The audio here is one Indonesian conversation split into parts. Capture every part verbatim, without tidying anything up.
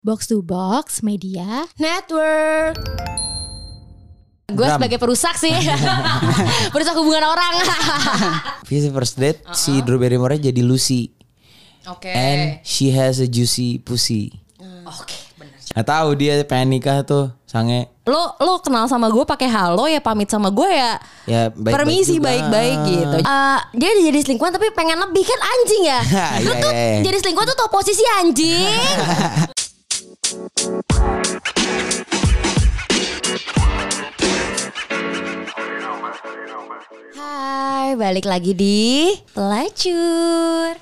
Box to Box Media Network. Gue sebagai perusak sih. Perusak hubungan orang. Visi first date uh-uh. si Drew Barrymore jadi Lucy. Oke. Okay. And she has a juicy pussy. Hmm. Oke, okay, benar. Gak tahu dia pengen nikah tuh, sange. Lo lo kenal sama gue pakai halo ya, pamit sama gue ya. Ya baik, permisi baik-baik gitu. Uh, dia jadi selingkuhan tapi pengen lebih kan anjing ya. Lo tuh yeah, yeah. jadi selingkuhan tuh tau posisi anjing. Hai, balik lagi di Pelacur.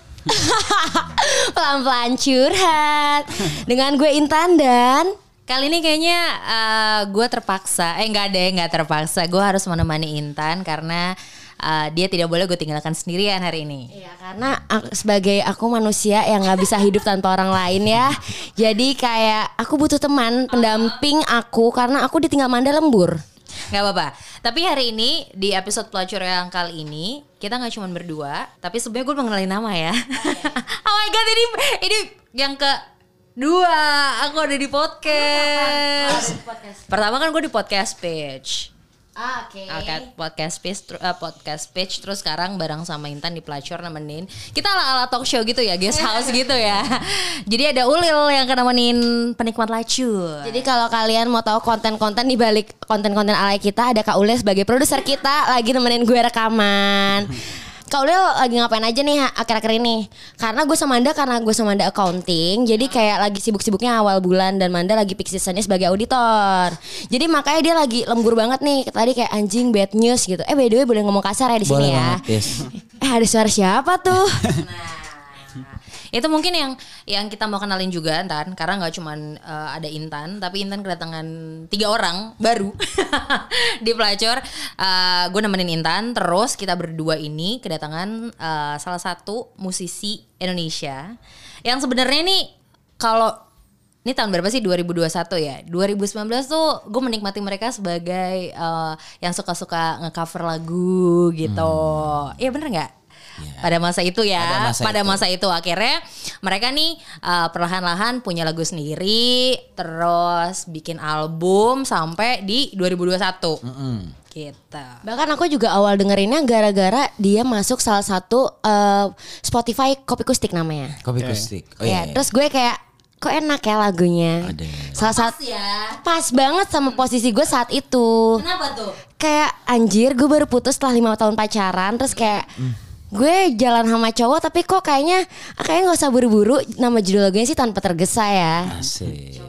Pelan-pelan curhat dengan gue Intan, dan kali ini kayaknya uh, gue terpaksa, eh enggak deh, enggak terpaksa. Gue harus menemani Intan karena uh, dia tidak boleh gue tinggalkan sendirian hari ini. Iya, karena aku, sebagai aku manusia yang gak bisa hidup tanpa orang lain ya. Jadi kayak aku butuh teman, pendamping aku karena aku ditinggal Manda lembur. Gak apa-apa. Tapi hari ini di episode Pelacur yang kali ini kita gak cuma berdua, tapi sebenarnya gue mengenalin nama ya. Oh my god, ini ini yang ke dua aku ada di podcast. Pertama kan gue di podcast page. Ah, Oke. Okay. Okay, podcast page, uh, podcast page. Terus sekarang bareng sama Intan di Pelacur nemenin. Kita ala-ala talk show gitu ya, guest house gitu ya. Jadi ada Ulil yang akan nemenin penikmat Pelacur. Jadi kalau kalian mau tahu konten-konten di balik konten-konten alay kita, ada Kak Ulil sebagai produser kita lagi nemenin gue rekaman. Kak Ulil lagi ngapain aja nih akhir-akhir ini? Karena gue sama Manda, karena gue sama Manda accounting, jadi kayak lagi sibuk-sibuknya awal bulan, dan Manda lagi peak seasonnya sebagai auditor. Jadi makanya dia lagi lembur banget nih. Tadi kayak anjing bad news gitu. Eh by the way boleh ngomong kasar ya di sini ya. Banget, yes. Eh ada suara siapa tuh? Nah, itu mungkin yang yang kita mau kenalin juga Intan, karena nggak cuman uh, ada Intan, tapi Intan kedatangan tiga orang baru di Pelacur. Uh, gue nemenin Intan, terus kita berdua ini kedatangan uh, salah satu musisi Indonesia yang sebenarnya nih kalau ini tahun berapa sih, dua ribu dua puluh satu ya, dua ribu sembilan belas tuh gue menikmati mereka sebagai uh, yang suka-suka nge-cover lagu gitu. Iya hmm. bener nggak? Yeah. Pada masa itu ya, pada masa, pada masa itu. itu akhirnya mereka nih uh, perlahan-lahan punya lagu sendiri, terus bikin album sampai di dua ribu dua puluh satu. Mm-hmm. Gitu. Bahkan aku juga awal dengerinnya gara-gara dia masuk salah satu uh, Spotify Kopi Kustik namanya. Kopi Kustik. Oh, ya, iya. Terus gue kayak kok enak ya lagunya. Ada. Salah satu ya. Pas banget sama posisi gue saat itu. Kenapa tuh? Kayak anjir, gue baru putus setelah lima tahun pacaran, terus kayak mm. gue jalan sama cowok tapi kok kayaknya kayaknya nggak usah buru-buru. Nama judul lagunya sih Tanpa Tergesa ya. Asik.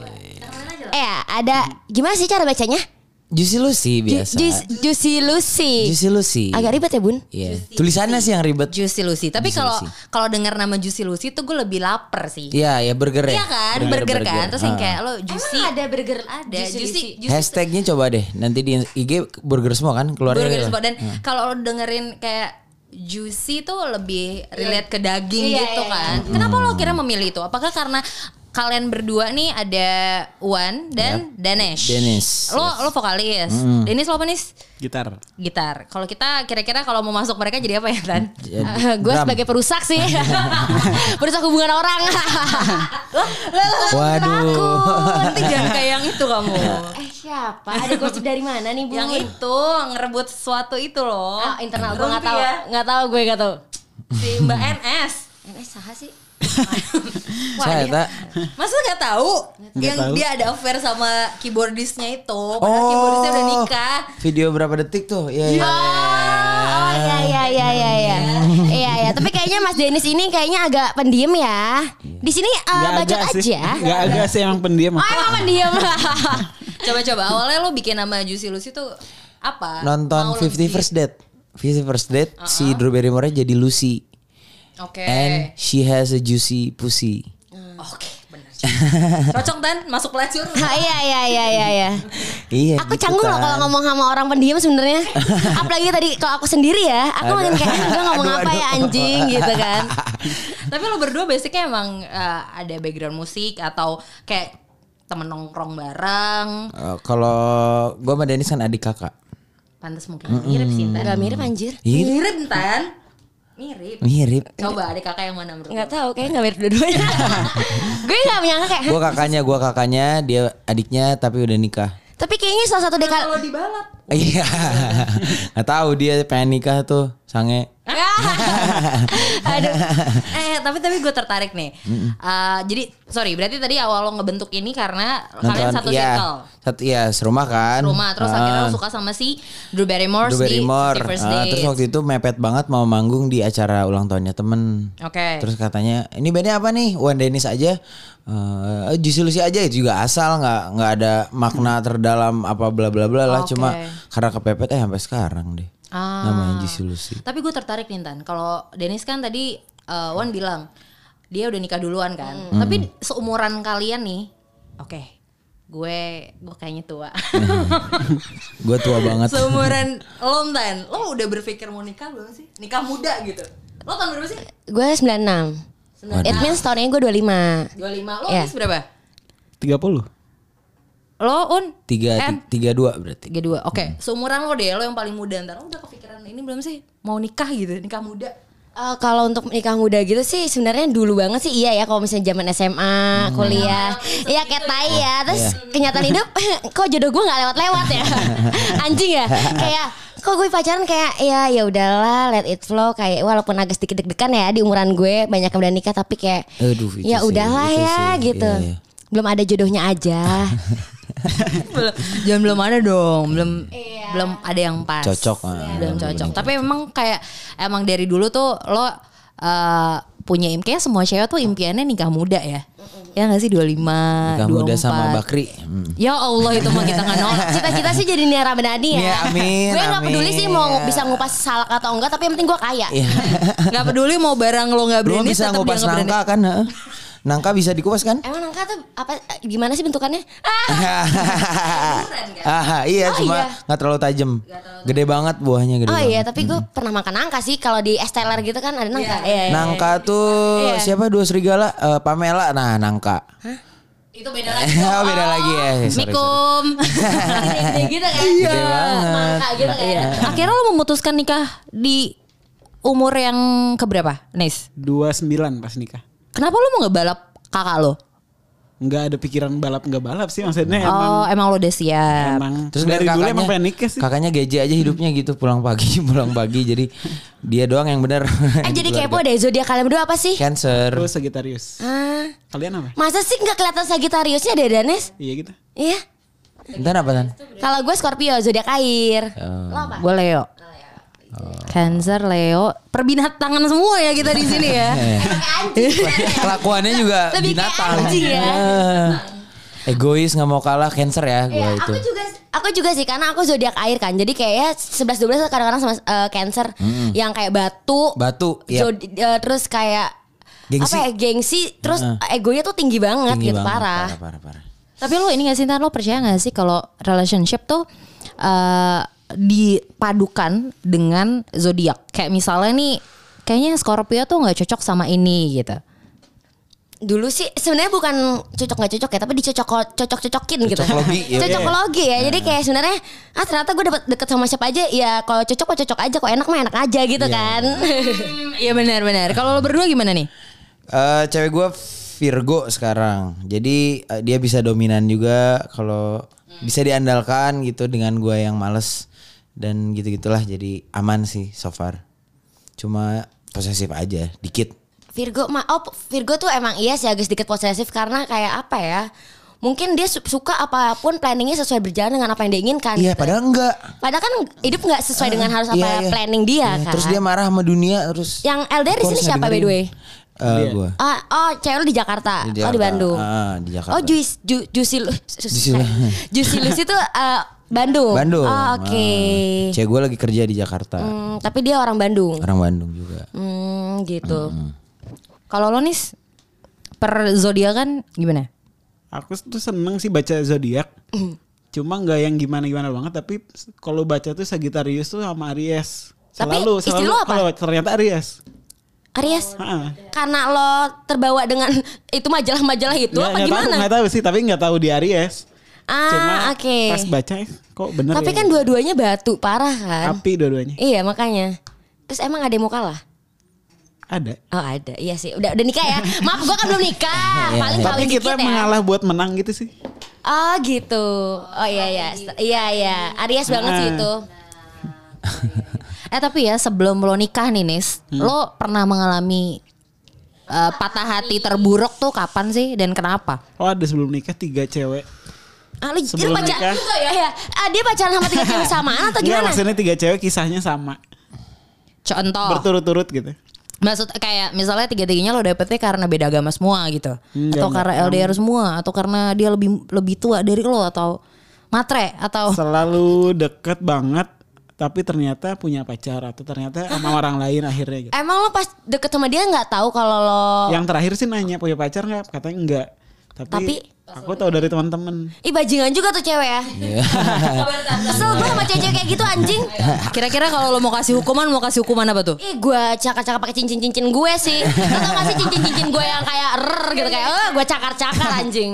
Eh ada gimana sih cara bacanya? Juicy Lucy biasa. Ju- Juicy Lucy. Juicy Lucy. Agak ribet ya Bun? Iya. Yeah. Tulisannya sih yang ribet. Juicy Lucy. Tapi kalau kalau dengar nama Juicy Lucy tuh gue lebih lapar sih. Iya, ya burger ya. Iya kan, burger, burger, burger kan. Terus yang kayak lo Juicy. Emang ada burger ada. Juicy. Juicy. Juicy. Hashtagnya coba deh. Nanti di I G burger semua kan keluarnya. Burger semua. Dan hmm. kalau lo dengerin kayak Juicy tuh lebih relate ke daging iya, gitu iya, kan. Iya. Kenapa hmm. lo kira memilih itu? Apakah karena kalian berdua nih ada Wan dan yep. Danesh. Danesh. Lo yes. lo vokalis. Mm. Danesh lo apa nih? Gitar. Gitar. Kalau kita kira-kira kalau mau masuk mereka jadi apa ya Tan? Uh, gue sebagai perusak sih. Perusak hubungan orang. Waduh. Nanti jangan kayak yang itu kamu. Eh siapa? Ada gosip dari mana nih Bu? Yang itu ngerebut sesuatu itu loh. Oh, internal gue nggak tahu. Nggak tahu gue nggak tahu. Si Mbak N S. N S saha sih? Wah, saya tak. Masa nggak tahu yang tahu. Dia ada affair sama keyboardisnya itu, padahal oh, keyboardisnya udah nikah. Video berapa detik tuh? Ya, ya. Oh, oh ya ya ya ya ya. Iya ya. Tapi kayaknya Mas Denis ini kayaknya agak pendiam ya. Di sini uh, bacot aja. Gak agak sih, emang pendiam. Oh emang pendiam. Coba-coba awalnya lo bikin nama Juicy Lucy tuh apa? Nonton Fifty First Date. Fifty First Date uh-uh. si Drew Barrymore jadi Lucy. Oke. Okay. And she has a juicy pussy. Hmm. Oke, okay, benar. Cocok Dan masuk Pelacur. Iya iya iya iya iya. Iya. Aku gitu canggung loh kalau ngomong sama orang pendiam sebenarnya. Apalagi tadi kalau aku sendiri ya, aku makin kayak gue ngomong aduh, apa aduh. ya anjing gitu kan. Tapi lo berdua basicnya emang uh, ada background musik atau kayak temen nongkrong bareng? Uh, kalau gue sama Dennis kan adik kakak. Pantes mungkin mm-hmm. mirip sih Tan. Gak mirip anjir. Iya. Mirip Tan. Mirip. Mirip. Coba adik kakak yang mana menurut? Nggak tahu, kayaknya nggak mirip dua-duanya. Gue nggak menyangka kayak. Gue kakaknya, gue kakaknya, dia adiknya tapi udah nikah. Tapi kayaknya salah satu dekal. Kalau dibalap. Iya. Nggak tahu dia pengen nikah tuh, sange. Aduh. Eh tapi tapi gue tertarik nih. Uh, jadi sorry, berarti tadi awal lo ngebentuk ini karena Nonton, kalian satu iya, circle. Satu iya, serumah kan. Rumah terus uh, akhirnya lo suka sama si Drew Barrymore Drew di Barrymore. First Uh, Dates. terus waktu itu mepet banget mau manggung di acara ulang tahunnya temen. Oke. Okay. Terus katanya ini bandnya apa nih? One Dennis aja. Uh, Juicy Lucy aja itu juga asal nggak nggak ada makna terdalam apa bla bla bla lah. Okay. Cuma karena kepepet eh sampai sekarang deh. Ah. Namanya Juicy Lucy. Tapi gue tertarik nih Tan. Kalau Dennis kan tadi uh, Wan bilang dia udah nikah duluan kan. Hmm. Tapi seumuran kalian nih, oke, okay, gue gue kayaknya tua. Gue tua banget. Seumuran lo Tan, lo udah berpikir mau nikah belum sih? Nikah muda gitu. Lo tahun berapa sih? Gue sembilan puluh enam. It means tahun ini gue dua puluh lima. dua puluh lima. Lo yeah. Nis berapa? tiga puluh. Lo Un? Tiga, M? tiga dua berarti. Tiga dua. Oke, okay. hmm. Seumuran lo deh, lo yang paling muda. Ntar lo udah kepikiran ini belum sih? Mau nikah gitu, nikah muda? Uh, kalau untuk nikah muda gitu sih sebenarnya dulu banget sih iya ya kalau misalnya zaman S M A, hmm. kuliah, iya kayak tai ya. Terus yeah. kenyataan hidup, kok jodoh gue nggak lewat-lewat ya, anjing ya. Kayak kok gue pacaran kayak ya ya udahlah, let it flow. Kayak walaupun agak sedikit deg-degan ya di umuran gue banyak yang udah nikah tapi kayak Aduh, ya udahlah ya sih. Gitu. Iya, iya. Belum ada jodohnya aja. belum, jangan belum ada dong, belum iya. belum ada yang pas. Cocok, ya, belum cocok. Tapi memang kayak emang dari dulu tuh lo uh, punya impian, semua cewek tuh impiannya nikah muda ya. Ya nggak sih dua puluh lima, nikah dua puluh empat. Muda sama Bakri. Hmm. Ya Allah itu mah kita nggak nolak. Cita-cita sih jadi Nia Ramadhani ya. Ya amin. Gue nggak peduli amin. sih mau bisa ngupas salak atau enggak, tapi yang penting gue kaya. Nggak peduli mau barang lo nggak berani. Lo bisa ngupas nangka kan? Nangka bisa dikupas kan? Emang nangka tuh apa? Gimana sih bentukannya? Ah, ah iya oh, cuma nggak iya. terlalu tajam, gede banget buahnya gede. Oh banget. iya, tapi gue hmm. pernah makan nangka sih kalau di es teler gitu kan ada nangka. Yeah. Iya, nangka tuh yeah. siapa dua serigala? Uh, Pamela, nah nangka. Hah? Itu beda lagi. Oh, beda lagi ya. Mikum. gitu kan? Iya. Gede banget. Nangka gitu kan. Iya. Akhirnya lo memutuskan nikah di umur yang keberapa, Nis? dua puluh sembilan pas nikah. Kenapa lo mau ngebalap kakak lo? Nggak ada pikiran balap nggak balap sih maksudnya. Oh emang, emang lo udah siap. Emang. Terus dari kakaknya, dulu emang pengen nikah sih. Kakaknya geje aja hidupnya gitu, pulang pagi pulang pagi jadi dia doang yang benar. Eh jadi kepo deh, zodiak kalian berdua apa sih? Cancer. Terus Sagittarius. Ah. Kalian apa? Masa sih nggak kelihatan Sagittariusnya deh Danes? Iya gitu. Iya. Entar apa Tan? Kalau gue Scorpio, zodiak air. Oh. Lo apa? Gue Leo. Oh. Cancer, Leo, perbinatangan semua ya kita di sini ya. Kelakuannya juga lebih binatang. Kayak anjing ya. Egois, nggak mau kalah, Cancer ya gue ya, itu. Aku juga, aku juga sih karena aku zodiak air kan. Jadi kayaknya sebelas dua belas kadang-kadang sama uh, Cancer hmm. yang kayak batu. Batu. Yep. Zodi, uh, terus kayak gengsi. apa ya gengsi. Terus uh. egonya tuh tinggi banget tinggi gitu banget, parah. parah, parah, parah. Tapi lo ini gak sih Tan, lo percaya gak sih kalau relationship tuh uh, dipadukan dengan zodiak? Kayak misalnya nih, kayaknya Scorpio tuh nggak cocok sama ini gitu. Dulu sih sebenarnya bukan cocok nggak cocok ya, tapi dicocok cocok cocokin gitu. Cocokologi, ya. Cocokologi ya. Jadi kayak sebenarnya ah ternyata gue dapet deket sama siapa aja ya, kalau cocok kok cocok aja, kok enak mah enak aja gitu yeah. kan. Iya benar-benar. Kalau lo berdua gimana nih? Uh, cewek gue Virgo sekarang, jadi uh, dia bisa dominan juga kalau hmm. bisa diandalkan gitu dengan gue yang males. Dan gitu-gitulah, jadi aman sih so far. Cuma posesif aja dikit. Virgo mah oh Virgo tuh emang iya sih agak sedikit posesif karena kayak apa ya? Mungkin dia suka apapun planningnya sesuai berjalan dengan apa yang dia inginkan. Iya, gitu. padahal enggak. Padahal kan hidup enggak sesuai uh, dengan harus apa iya, iya. planning dia iya, kan. Terus dia marah sama dunia terus. Yang L D R di sini siapa by the way? Uh, gua. Ah, oh, cewek lu di Jakarta. Di Jakarta. Oh, di Bandung. Ah, di Jakarta. Oh, Juice Ju, Juicy Juicy Lucy itu uh, Bandung. Bandung. Oh, oke. Okay. Ah. Cewek gue lagi kerja di Jakarta. Hmm, tapi dia orang Bandung. Orang Bandung juga. Hmm, gitu. Hmm. Kalau lo Nis per zodiak kan gimana? Aku tuh seneng sih baca zodiak. Cuma nggak yang gimana-gimana banget, tapi kalau baca tuh Sagittarius tuh sama Aries. Selalu, tapi istri selalu lo apa? Kalau ternyata Aries. Aries, Ha-ha. karena lo terbawa dengan itu majalah-majalah itu Nggak, apa nggak gimana? Tahu, nggak tahu sih, tapi nggak tahu di Aries. Ah, oke. Okay. Pas baca kok bener. Tapi ya? kan dua-duanya batu parah kan? Api dua-duanya. Iya makanya. Terus emang ada yang mau kalah? Ada. Oh ada, iya sih. Udah udah nikah ya. Maaf gue kan belum nikah. Paling Tapi kawin kita dikit ya. mengalah buat menang gitu sih. Oh gitu. Oh iya iya. Iya iya. Aries banget sih itu. Eh tapi ya sebelum lo nikah nih Nis, Hmm. lo pernah mengalami uh, patah hati terburuk tuh kapan sih dan kenapa? Oh ada sebelum nikah tiga cewek. Ah, lu, Sebelum lu pacaran nikah. juga ya? ya? Ah, dia pacaran sama tiga cewek samaan atau Enggak, gimana? maksudnya tiga cewek kisahnya sama. Contoh, Berturut-turut gitu. maksud kayak misalnya tiga-tiganya lo dapetnya karena beda agama semua gitu, Enggak, atau enggak. karena L D R semua, atau karena dia lebih lebih tua dari lo atau matre atau Selalu deket banget tapi ternyata punya pacar atau ternyata sama orang lain akhirnya gitu. Emang lo pas deket sama dia nggak tahu kalau lo Yang terakhir sih nanya punya pacar nggak? Katanya enggak. Tapi, Tapi- aku tahu dari teman-teman. Ih bajingan juga tuh cewek ya. Kesel gue sama cewek kayak gitu anjing. kira-kira kalau lo mau kasih hukuman mau kasih hukuman apa tuh? Ih gue cakar-cakar pakai cincin-cincin gue sih. Lo tau gak sih cincin-cincin gue yang kayak rrr gitu kayak eh gue cakar-cakar anjing.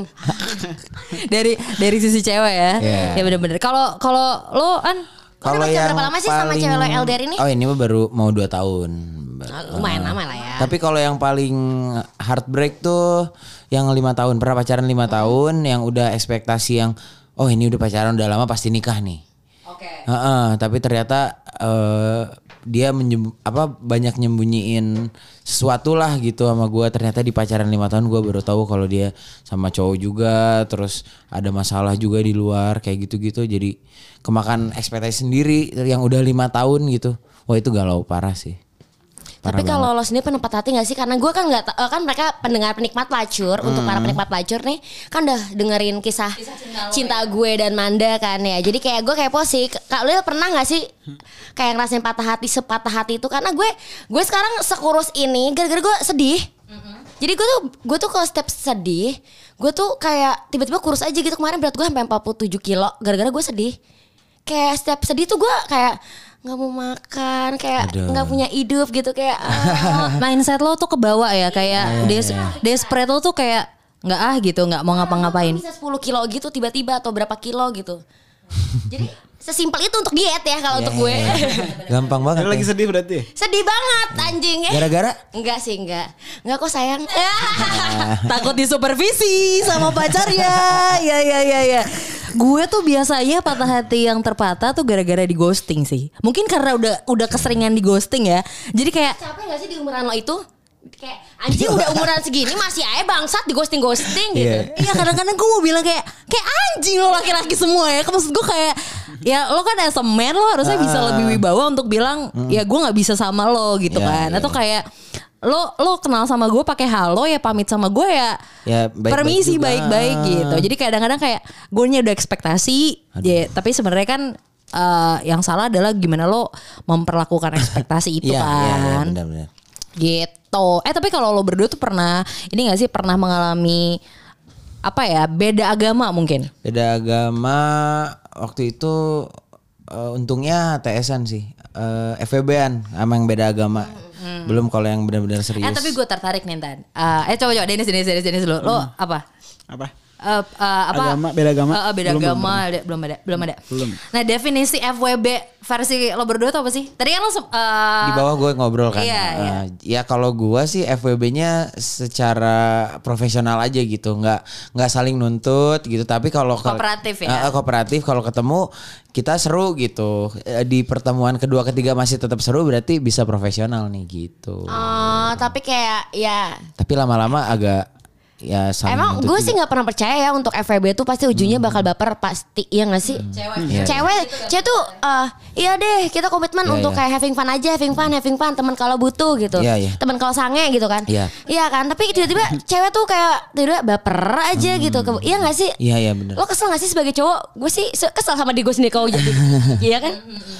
dari dari sisi cewek ya, Iya. ya bener-bener. Kalau kalau lo an Kalau Udah pacaran yang berapa lama sih sama cewek lo yang L D R ini? Oh ini mah baru mau dua tahun. Ah, lumayan lama lah ya. Tapi kalau yang paling heartbreak tuh yang lima tahun, pernah pacaran lima tahun, yang udah ekspektasi yang oh ini udah pacaran udah lama pasti nikah nih. Oke. Heeh, tapi ternyata eh, dia menyem, apa banyak nyembunyiin sesuatu lah gitu sama gue. Ternyata di pacaran lima tahun gue baru tahu kalau dia sama cowok juga, terus ada masalah juga di luar kayak gitu-gitu. Jadi kemakan ekspektasi sendiri yang udah lima tahun gitu. Wah itu galau parah sih. Parah Tapi kalau lo sendiri pernah patah hati gak sih? Karena gue kan nggak ta- eh, kan mereka pendengar penikmat pelacur. Untuk para penikmat pelacur nih kan udah dengerin kisah, cinta gue dan Manda kan ya. Jadi kayak gue kepo sih. Kak lo pernah gak sih kayak ngerasain patah hati sepatah hati itu? Karena gue gue sekarang sekurus ini gara-gara gue sedih. Jadi gue tuh gue tuh kalau step sedih, gue tuh kayak tiba-tiba kurus aja gitu. Kemarin berat gue sampai empat puluh tujuh kilo gara-gara gue sedih. Kayak step sedih tuh gue kayak nggak mau makan, kayak Aduh. nggak punya hidup gitu kayak. ah. mindset lo tuh kebawa ya kayak des desperate lo tuh kayak nggak ah gitu nggak mau ngapa-ngapain. Bisa sepuluh kilo gitu tiba-tiba atau berapa kilo gitu. Jadi sesimpel itu untuk diet ya kalau untuk gue. Gampang banget. Ada lagi ya. sedih berarti ya? Sedih banget anjing. Eh, Gara-gara enggak sih enggak. Enggak kok sayang. Takut disupervisi sama pacarnya. Ya ya ya ya. Gue tuh biasanya patah hati yang terpatah tuh gara-gara di ghosting sih. Mungkin karena udah udah keseringan di ghosting ya. Jadi kayak Capek enggak sih di umuran lo itu? Kayak anjing udah umuran segini masih aja bangsat di ghosting-ghosting gitu. Iya. iya kadang-kadang gue mau bilang kayak kayak anjing lo laki-laki semua ya. Maksud gue kayak ya lo kan as a man lo harusnya bisa lebih wibawa untuk bilang ya gue nggak bisa sama lo gitu Iya, kan. iya. Atau kayak lo lo kenal sama gue pakai halo ya pamit sama gue ya, Ya, baik-baik permisi juga. baik-baik gitu. Jadi kadang-kadang kayak gue nya udah ekspektasi ya, tapi sebenarnya kan eh, yang salah adalah gimana lo memperlakukan ekspektasi itu Iya, iya, iya, kan. benar-benar. Gitu. Eh tapi kalau lo berdua tuh pernah ini gak sih pernah mengalami apa ya beda agama mungkin? Beda agama waktu itu eh, untungnya T S-an sih. Eh, F W B-an sama yang beda agama. Belum kalau yang benar-benar serius. Eh tapi gue tertarik nih Tan. Eh eh, coba coba Dennis Dennis Dennis Dennis lo. Lo apa? Apa? Eh, eh, apa? Agama, beda agama? Eh, eh, beda Belum, agama ada- belum ada belum ada. Belum. Nah definisi F W B versi lo berdua tuh apa sih? Tadi kan lo se- eh, Di bawah gue ngobrol kan. Iya, iya. Eh, ya kalau gue sih F W B-nya secara profesional aja gitu, nggak nggak saling nuntut gitu. Tapi kalau ke- Kooperatif ya? Eh, eh, kooperatif kalau ketemu kita seru gitu. Eh, Di pertemuan kedua ketiga masih tetap seru berarti bisa profesional nih gitu. Oh, tapi kayak ya Tapi lama-lama agak ya saling emang nuntut gue juga. sih nggak pernah percaya ya untuk F W B tuh pasti ujungnya bakal baper pasti, iya nggak sih? Iya. Cewek, cewek tuh eh iya deh kita komitmen Iya, untuk iya. kayak having fun aja, having fun, having fun, teman kalau butuh gitu, Iya, iya. teman kalau sange gitu kan, Iya. iya kan? Tapi tiba-tiba cewek tuh kayak tiba-tiba baper aja gitu, Ke- iya nggak sih? Iya iya benar. Lo kesel gak sih sebagai cowok? Gue sih se- kesel sama diri gue sendiri kalau jadi, iya kan?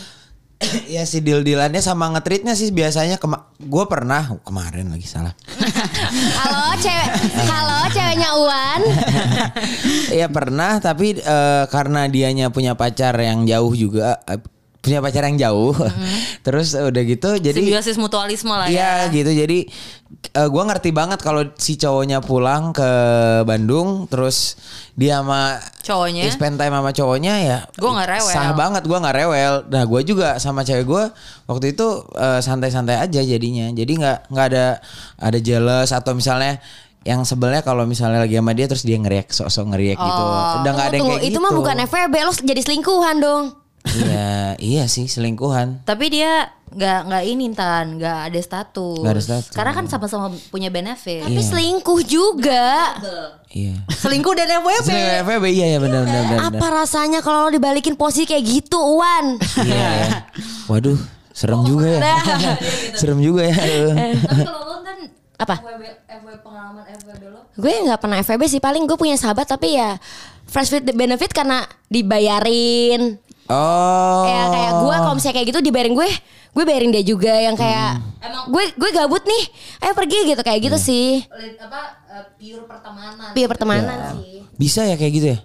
Ya si deal-dealannya sama ngetritnya sih biasanya kema- gue pernah oh, kemarin lagi salah. Halo cewek, halo ceweknya Uwan. Ya pernah tapi eh, karena dianya punya pacar yang jauh juga eh, punya pacar yang jauh. Mm-hmm. Terus udah gitu jadi simbiosis mutualisme lah ya. Iya gitu. Jadi uh, gue ngerti banget kalau si cowoknya pulang ke Bandung terus dia sama cowoknya spend time sama cowoknya ya. Gue nggak rewel. Sah banget gue nggak rewel. Nah gue juga sama cewek gue waktu itu uh, santai-santai aja jadinya. Jadi nggak nggak ada ada jealous atau misalnya yang sebelnya kalau misalnya lagi sama dia terus dia ngeriak sok-sok ngeriak oh. gitu. Udah nggak ada yang kayak itu gitu. Itu mah bukan F W B, lo jadi selingkuhan dong. Iya, iya sih selingkuhan. Tapi dia nggak nggak ini Tan, nggak ada status. Nggak ada status. Karena kan sama-sama punya benefit. Tapi yeah. selingkuh juga. Iya. Selingkuh dan F W B. Selingkuh F W B iya ya benar benar benar. Apa rasanya kalau lo dibalikin posisi kayak gitu, Wan? Iya. Ya. Waduh, serem oh, juga ya. Serem juga ya. Tapi kalau lo kan apa? F W B, F W B pengalaman F W B lo? Gue nggak pernah F W B sih, paling gue punya sahabat tapi ya fresh with the benefit karena dibayarin. Oh. Ya kayak gue kalau misalnya kayak gitu dibayarin gue, gue bayarin dia juga yang kayak hmm. emang gue gue gabut nih, ayo pergi gitu kayak gitu yeah. sih. Apa uh, pure pertemanan? Pure pertemanan ya. sih. Bisa ya kayak gitu ya?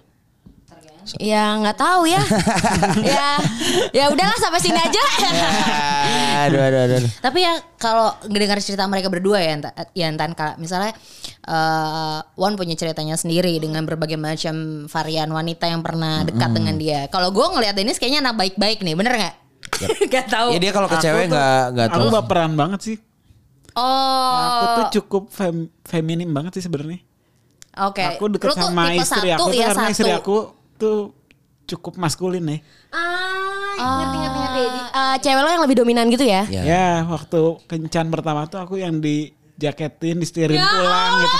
Ya nggak tahu ya. ya ya udahlah sampai sini aja. aduh, aduh, aduh, aduh. Tapi ya kalau ngedengar cerita mereka berdua ya, ya Tan, misalnya uh, Wan punya ceritanya sendiri dengan berbagai macam varian wanita yang pernah dekat mm. dengan dia. Kalau gue ngeliat Dennis kayaknya anak baik-baik nih, bener nggak? Yep. Gak tahu. Ya dia kalau ke cewek nggak nggak tahu. Aku baperan banget sih. Oh. Aku tuh cukup fem, feminim banget sih sebenarnya. Oke. Okay. Aku deket sama istri aku tuh ya karena satu. istri aku tuh cukup maskulin nih. Ah, ngerti ngerti ngerti. Uh, cewek lo yang lebih dominan gitu ya? Ya, ya waktu kencan pertama tuh aku yang dijaketin, disetirin ya. Pulang gitu.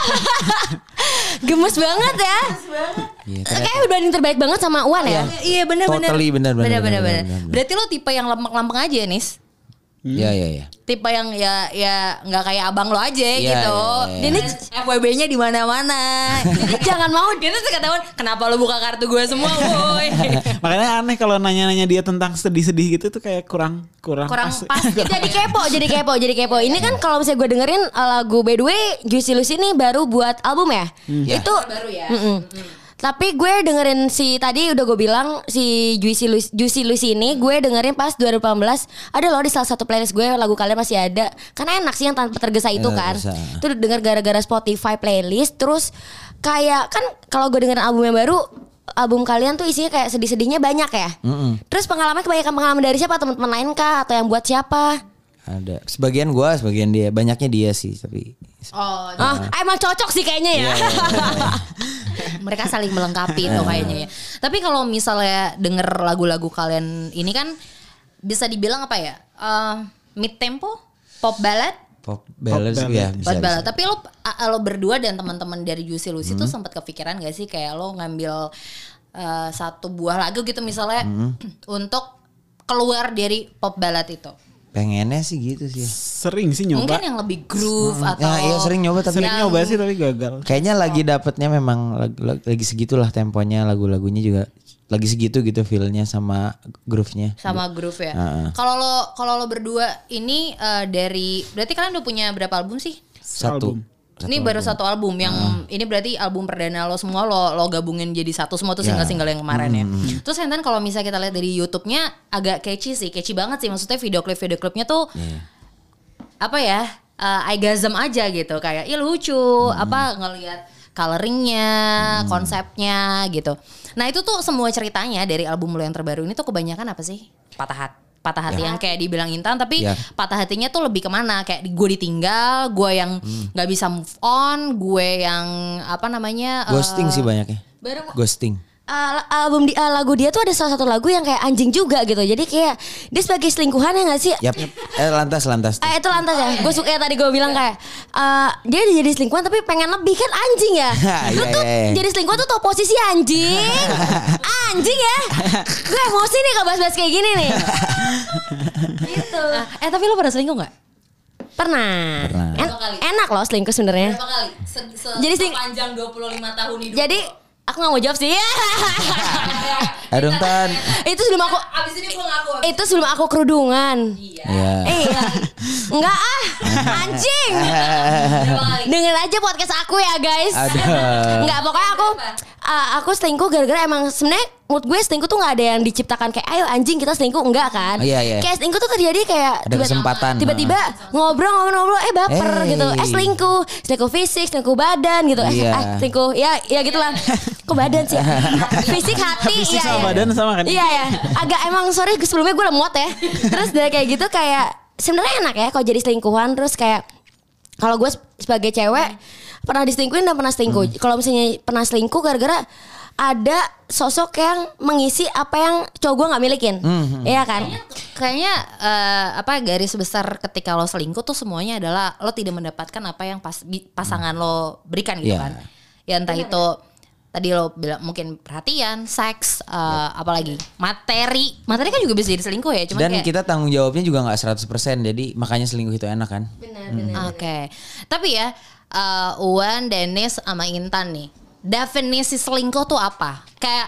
Gemes banget ya. Iya, kayaknya berbanding terbaik banget sama Wan ya. Iya benar benar. Totally benar benar. Benar benar. Berarti lo tipe yang lempeng-lempeng aja Nis? Iya iya iya. Tipe yang ya ya nggak kayak abang lo aja ya, gitu. Ya, ya, ya. Ini F W B-nya di mana-mana. Jadi jangan mau dia tuh ketahuan kenapa lo buka kartu gue semua, boy. Makanya aneh kalau nanya-nanya dia tentang sedih-sedih gitu tuh kayak kurang kurang, kurang pas. pas. Jadi kepo, jadi kepo, jadi kepo. Ini kan kalau misalnya gue dengerin lagu by the way Juicy Lucy ini baru buat album ya. Hmm. Itu baru ya. Mm-mm. Hmm. Tapi gue dengerin si tadi udah gue bilang si Juicy Lucy, Juicy Lucy ini gue dengerin pas dua ribu delapan belas ada loh di salah satu playlist gue lagu kalian masih ada. Karena enak sih yang tanpa tergesa itu kan. Itu denger gara-gara Spotify playlist terus kayak kan kalau gue dengerin album yang baru album kalian tuh isinya kayak sedih-sedihnya banyak ya. Mm-mm. Terus pengalaman kebanyakan pengalaman dari siapa? Teman-teman lain kah atau yang buat siapa? Ada. Sebagian gue, sebagian dia. Banyaknya dia sih tapi. Oh, ah, emang cocok sih kayaknya ya. Yeah, yeah, yeah. Mereka saling melengkapi tuh kayaknya ya. Tapi kalau misalnya denger lagu-lagu kalian ini kan bisa dibilang apa ya? Uh, mid tempo, pop ballad. Pop ballad sih ya. Pop ballad. Tapi lo lo berdua dan teman-teman dari Juicy Lucy hmm. tuh sempat kepikiran gak sih kayak lo ngambil uh, satu buah lagu gitu misalnya hmm. untuk keluar dari pop ballad itu? Pengennya sih gitu sih. Sering sih nyoba. Mungkin yang lebih groove hmm. atau ya, iya sering nyoba tapi sering yang... nyoba sih tapi gagal. Kayaknya lagi dapetnya memang lagi, lagi segitulah temponya, lagu-lagunya juga lagi segitu gitu feelnya sama groove-nya. Sama groove ya. Uh-uh. Kalau lo kalau lo berdua ini uh, dari berarti kalian udah punya berapa album sih? Satu. Album. Satu ini album. baru satu album yang uh. ini berarti album perdana lo semua lo lo gabungin jadi satu semua tuh yeah. single-single yang kemarin hmm. ya. Terus Hentan kalau misalnya kita lihat dari YouTube-nya agak catchy sih, catchy banget sih. Maksudnya video klip video klipnya tuh yeah. apa ya? Uh, eyegasm aja gitu kayak ya lucu hmm. apa ngelihat coloringnya, hmm. konsepnya gitu. Nah itu tuh semua ceritanya dari album lo yang terbaru ini tuh kebanyakan apa sih? Patah hati. Patah hati ya. Yang kayak dibilang Intan tapi ya. Patah hatinya tuh lebih kemana kayak gue ditinggal, gue yang nggak hmm. bisa move on, gue yang apa namanya ghosting uh, sih banyaknya. Baru ghosting. Uh, album di uh, lagu dia tuh ada salah satu lagu yang kayak anjing juga gitu. Jadi kayak dia sebagai selingkuhan ya nggak sih? Yap. Eh lantas lantas. Eh itu lantas ya. Gue suka ya tadi gue bilang kayak uh, dia jadi selingkuhan tapi pengen lebih kan anjing ya. Lu tuh jadi selingkuhan tuh tau posisi anjing. Anjing ya. Gue emosi nih kalau bahas-bahas kayak gini nih. Gitu. Eh tapi lu pernah selingkuh nggak? Pernah. Pernah. En- enak loh selingkuh sebenarnya. Berapa kali? Se- se- jadi seling- sepanjang dua puluh lima tahun hidup. Jadi aku gak mau jawab sih. Ayo dong Tan. Itu sebelum aku Abis ini gue ngaku. itu sebelum aku kerudungan. Iya. Iya. Iya. Enggak ah, anjing. Dengerin aja podcast aku ya guys. Ada. Enggak, pokoknya aku uh, aku selingkuh gara-gara emang sebenarnya menurut gue selingkuh tuh nggak ada yang diciptakan kayak ayo anjing kita selingkuh, enggak kan? Oh, iya, iya. Kayak selingkuh tuh terjadi kayak Ada kesempatan. tiba-tiba ngobrol-ngobrol eh baper Eh. gitu. Eh selingkuh, selingkuh fisik, selingkuh badan gitu. Eh, Iya. eh selingkuh ya ya gitulah. Kok badan sih? Fisik, hati, Fisik iya, sama iya. badan sama kan? Iya ya, agak emang sorry sebelumnya gue lemot ya. Terus dari kayak gitu kayak sebenarnya enak ya kalau jadi selingkuhan. Terus kayak kalau gue sebagai cewek pernah diselingkuhin dan pernah selingkuh. Kalau misalnya pernah selingkuh gara-gara ada sosok yang mengisi apa yang cowok gue nggak milikin, iya kan? Kayaknya eh, apa garis besar ketika lo selingkuh tuh semuanya adalah lo tidak mendapatkan apa yang pas, bi- pasangan lo berikan gitu Iya. kan. Ya entah itu tadi lo bilang mungkin perhatian, seks, eh, apalagi materi. Materi kan juga bisa jadi selingkuh ya. Cuman Dan kayak, kita tanggung jawabnya juga nggak seratus persen. Jadi makanya selingkuh itu enak kan. Oke. Tapi ya eh, Uwan, Dennis sama Intan nih. Definisi selingkuh tuh apa? Kayak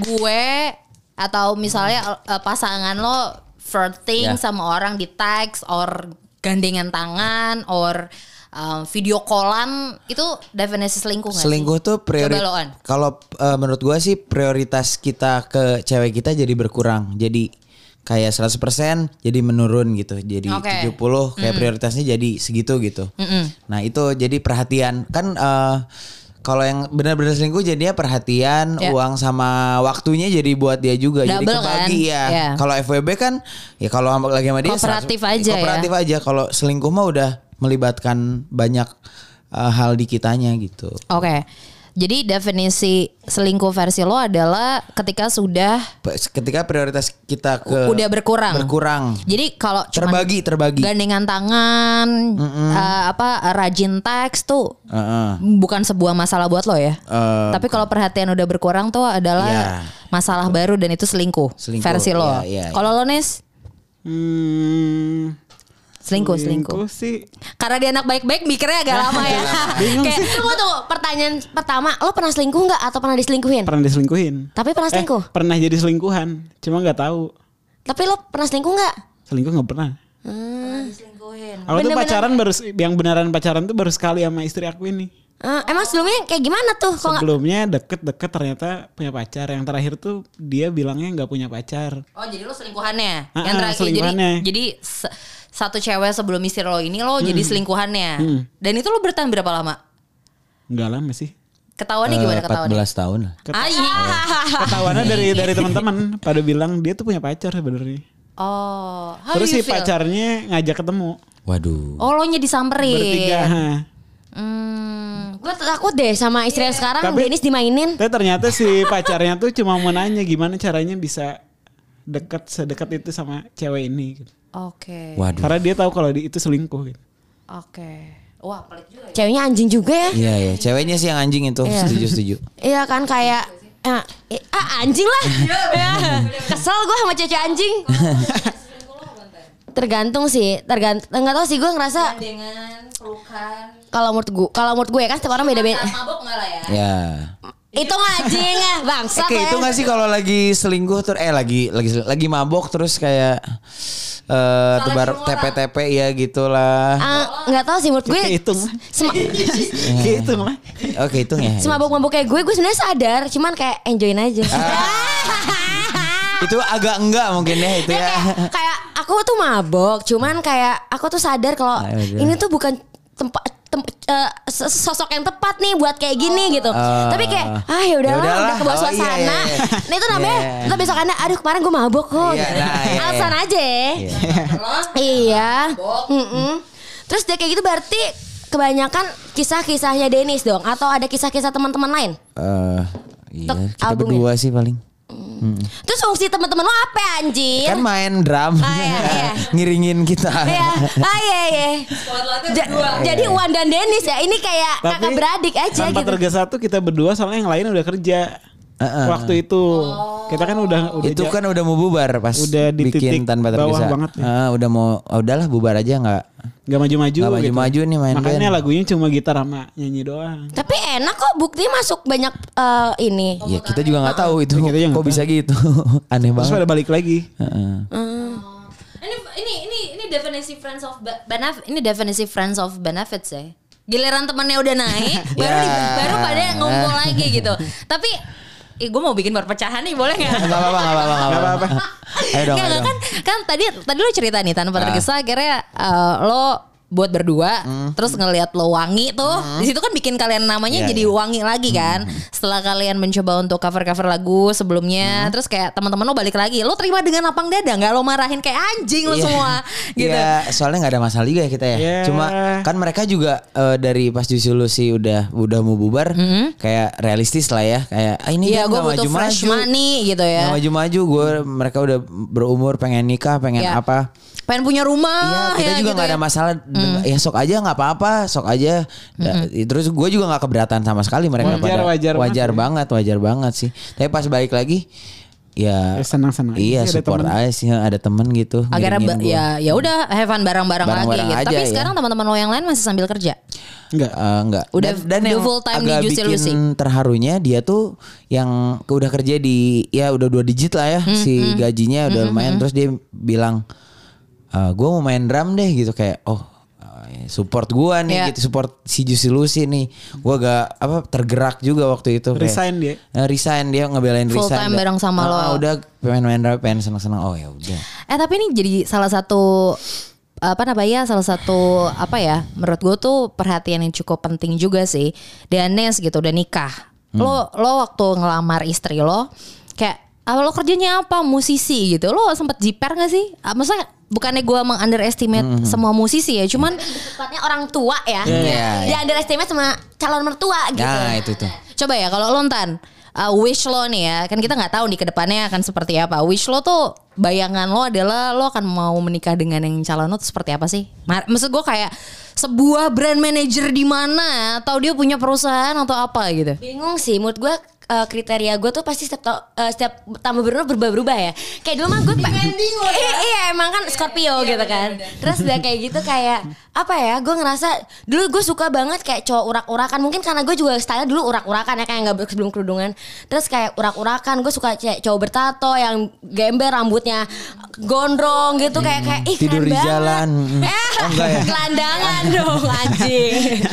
gue atau misalnya eh, pasangan lo flirting Ya. sama orang di teks or gandengan tangan or eh, video callan, itu definisi selingkuh gak Selingkuh sih? tuh Coba prioritas. lo, On. Kalau eh, menurut gua sih prioritas kita ke cewek kita jadi berkurang. Jadi kayak seratus persen jadi menurun gitu. Jadi Oke. tujuh puluh kayak prioritasnya jadi segitu gitu. Nah, itu jadi perhatian. Kan eh, kalau yang benar-benar selingkuh jadinya perhatian, Ya. uang sama waktunya jadi buat dia juga. jadi Double kebagi kan? ya. Ya. Kalau F W B kan ya kalau sama- lagi sama dia Kooperatif seratus aja ya. kooperatif aja. Kalau selingkuh mah udah melibatkan banyak eh, hal di kitanya gitu. Oke. Jadi definisi selingkuh versi lo adalah ketika sudah Ketika prioritas kita ke udah berkurang. berkurang. Jadi kalau cuman Terbagi, terbagi. gandengan tangan, eh, apa rajin teks tuh Heeh. bukan sebuah masalah buat lo ya. Eh, Tapi kalau perhatian udah berkurang tuh adalah Iya. masalah baru dan itu selingkuh, Selingkuh, versi lo. iya, iya, iya. Kalau lo Nis Hmm, selingkuh, selingkuh. sih. Karena dia anak baik-baik mikirnya agak lama ya. Kayak tunggu tuh pertanyaan pertama, lo pernah selingkuh nggak atau pernah diselingkuhin? Pernah diselingkuhin. Tapi pernah selingkuh. Eh, pernah jadi selingkuhan. Cuma nggak tahu. Tapi lo pernah selingkuh nggak? Selingkuh nggak pernah. Diselingkuhin. Aku tuh Bener-bener. pacaran baru yang beneran pacaran tuh baru sekali sama istri aku ini. Eh, emang sebelumnya kayak gimana tuh? Kok nggak? Sebelumnya deket-deket ternyata punya pacar. Yang terakhir tuh dia bilangnya nggak punya pacar. Oh jadi lo selingkuhannya. Ah, Yang ah, terakhir selingkuhannya. jadi jadi se- satu cewek sebelum istri lo ini lo jadi selingkuhannya. Hmm. Dan itu lo bertahan berapa lama? Nggak lama sih. Ketahuannya gimana Eh, empat ketahuannya? belas tahun lah. Ah, iya. Ketahuannya dari dari teman-teman pada bilang dia tuh punya pacar sebenarnya. Oh, how Terus do you si feel? pacarnya ngajak ketemu Waduh. Oh, lo nya disamperin. bertiga. ha. Hmm. Gue takut deh sama istri yang sekarang Tapi- Dennis dimainin. Tapi ternyata si pacarnya tuh cuma mau nanya gimana caranya bisa dekat sedekat itu sama cewek ini. Gitu. Oke. Waduh. Karena dia tahu kalau di- itu selingkuh. Gitu. Oke. Wah, pelik juga ya. Ceweknya anjing juga ya. Iya ya, ceweknya sih yang anjing itu. Iya. Setuju, setuju. Iya kan kayak eh, eh, ah anjing lah. Ya. Kesel gue sama cewek anjing. Tergantung sih, tergantung nggak tahu sih gue ngerasa Dengan pelukan. kalau menurut gue, kalau menurut gue kan setiap orang beda-beda. Mabok enggak lah ya? Ya. Itu anjing ya, bangsat. Oke, itu ya. nggak sih kalau lagi selingkuh terus eh lagi lagi lagi mabok terus kayak eh tebar T P T P ya gitulah. Ah, nggak tahu sih menurut gue. Kehitung. Sema, Kehitung lah. Oke, hitung ya. semabuk-mabuk kayak gue, gue sebenarnya sadar, cuman kayak enjoyin aja. Itu agak enggak mungkin ya itu Ya, ya. kayak, kayak aku tuh mabok, cuman kayak aku tuh sadar kalau Ah, udah. ini tuh bukan tempat tem, eh, ses- sosok yang tepat nih buat kayak gini gitu. Ah. Tapi kayak ah ya udahlah, Ya udahlah. udah kebawa Oh, iya, suasana. iya, iya. Nah itu namanya, Iya. kita besokannya aduh kemarin gue mabok kok. Iya, gitu. nah, iya, Alasan iya. aja. Iya. Mm-mm. Terus dia kayak gitu berarti kebanyakan kisah-kisahnya Dennis dong, atau ada kisah-kisah teman-teman lain? Eh, iya, Untuk kita albumnya. berdua sih paling. Terus fungsi teman-teman lo apa ya, anjir? Kan main drum. Ah, iya, iya. Ngiringin kita. Iya, ah iya iya. Ja- jadi Wan dan Dennis ya, ini kayak Tapi kakak beradik aja tanpa gitu. tergesa tuh kita berdua soalnya yang lain udah kerja. Heeh. Waktu itu. Kita kan udah udah Itu ja- kan udah mau bubar pas udah di bikin titik tanpa bawah tergesa. banget ya. Ah, udah mau oh, udahlah bubar aja nggak nggak maju-maju. nggak maju-maju nih main Makanya band. lagunya cuma gitar sama nyanyi doang. Tapi enak kok, bukti masuk banyak eh, ini. Ya kita juga nggak tahu itu Ya, kita juga kok nggak bisa gitu. Aneh Terus banget. pada balik lagi. Heeh. Ini ini ini ini definisi friends of be- benefit ini definisi friends of benefits ya. Giliran temannya udah naik, baru Ya. di- baru pada ngumpul lagi gitu. Tapi eh, gue mau bikin perpecahan nih, boleh nggak? Nggak apa-apa, nggak apa-apa, nggak apa-apa. Ayo dong, Nggak, ayo nggak, dong. kan kan tadi tadi lo cerita nih tanpa Ah. tergesa akhirnya eh, lo buat berdua Hmm. terus ngelihat lo wangi tuh di situ kan bikin kalian namanya Iya, jadi iya. wangi lagi kan setelah kalian mencoba untuk cover cover lagu sebelumnya Hmm. terus kayak teman-teman lo balik lagi lo terima dengan lapang dada nggak lo marahin kayak anjing lo Iya. semua gitu. Iya, soalnya nggak ada masalah juga ya kita ya. Iya. Cuma kan mereka juga eh, dari pas Juicy Lucy udah udah mau bubar, kayak realistis lah ya. Kayak ah, ini Iya, kan gue nggak butuh fresh maju-maju. money gitu ya. Nggak maju-maju, gue mereka udah berumur pengen nikah, pengen Iya. apa? Pengen punya rumah Iya, kita ya juga gitu nggak ya. ada masalah. Ya sok aja nggak apa-apa, sok aja. Da- Terus gue juga nggak keberatan sama sekali mereka Wajar, pada wajar wajar banget banget, wajar banget sih. Tapi pas balik lagi, ya, Ya, senang-senang aja iya sih ada support temen. aja sih, ada temen gitu. Akhirnya ngiringin ba- gua. ya ya udah have fun bareng-bareng lagi Bareng-bareng gitu. aja Tapi ya. sekarang teman-teman lo yang lain masih sambil kerja. Enggak. Eh, enggak. Udah- udah yang full time di agak Juicy bikin Lucy. terharunya dia tuh yang udah kerja di ya udah dua digit lah ya Hmm, si gajinya udah lumayan terus dia bilang gue mau main drum deh gitu kayak oh eh, support gua nih Iya. gitu support si Juicy Lucy nih gua gak apa tergerak juga waktu itu kayak, Resign dia. eh, resign dia ngebelain Full resign time bareng sama Ah, lo. udah pengen main drum pengen seneng-seneng oh ya udah Eh tapi ini jadi salah satu apa namanya salah satu apa ya menurut gue tuh perhatian yang cukup penting juga sih. Danes gitu udah nikah. Lo lo waktu ngelamar istri lo kayak ah, lo kerjanya apa musisi gitu. Lo sempet jiper gak sih? Ah, maksudnya bukannya gue mengunderestimate semua musisi ya, cuman Tepatnya orang tua ya. Iya, Dia underestimate sama calon mertua gitu. nah itu tuh coba ya kalau lo Tan, uh, wish lo nih ya, kan kita nggak tahu nih kedepannya akan seperti apa. Wish lo tuh bayangan lo adalah lo akan mau menikah dengan yang calon lo tuh seperti apa sih? Ma- Maksud gue kayak sebuah brand manager di mana atau dia punya perusahaan atau apa gitu? Bingung sih, menurut gue uh, kriteria gue tuh pasti setiap ta- uh, setiap tambah berumur berubah-berubah ya. Kayak dulu mah gue iya, iya emang kan Scorpio gitu kan. Terus udah kayak gitu kayak apa ya? Gue ngerasa dulu gue suka banget kayak cowok urak-urakan. Mungkin karena gue juga style dulu urak-urakan ya kayak nggak ber- sebelum kerudungan. Terus kayak urak-urakan. Gue suka kayak cowok bertato yang gember rambutnya gondrong gitu kayak kayak ih Tidur keren di banget. jalan. Mm. Eh, Oh, enggak ya? Gelandangan dong anjing.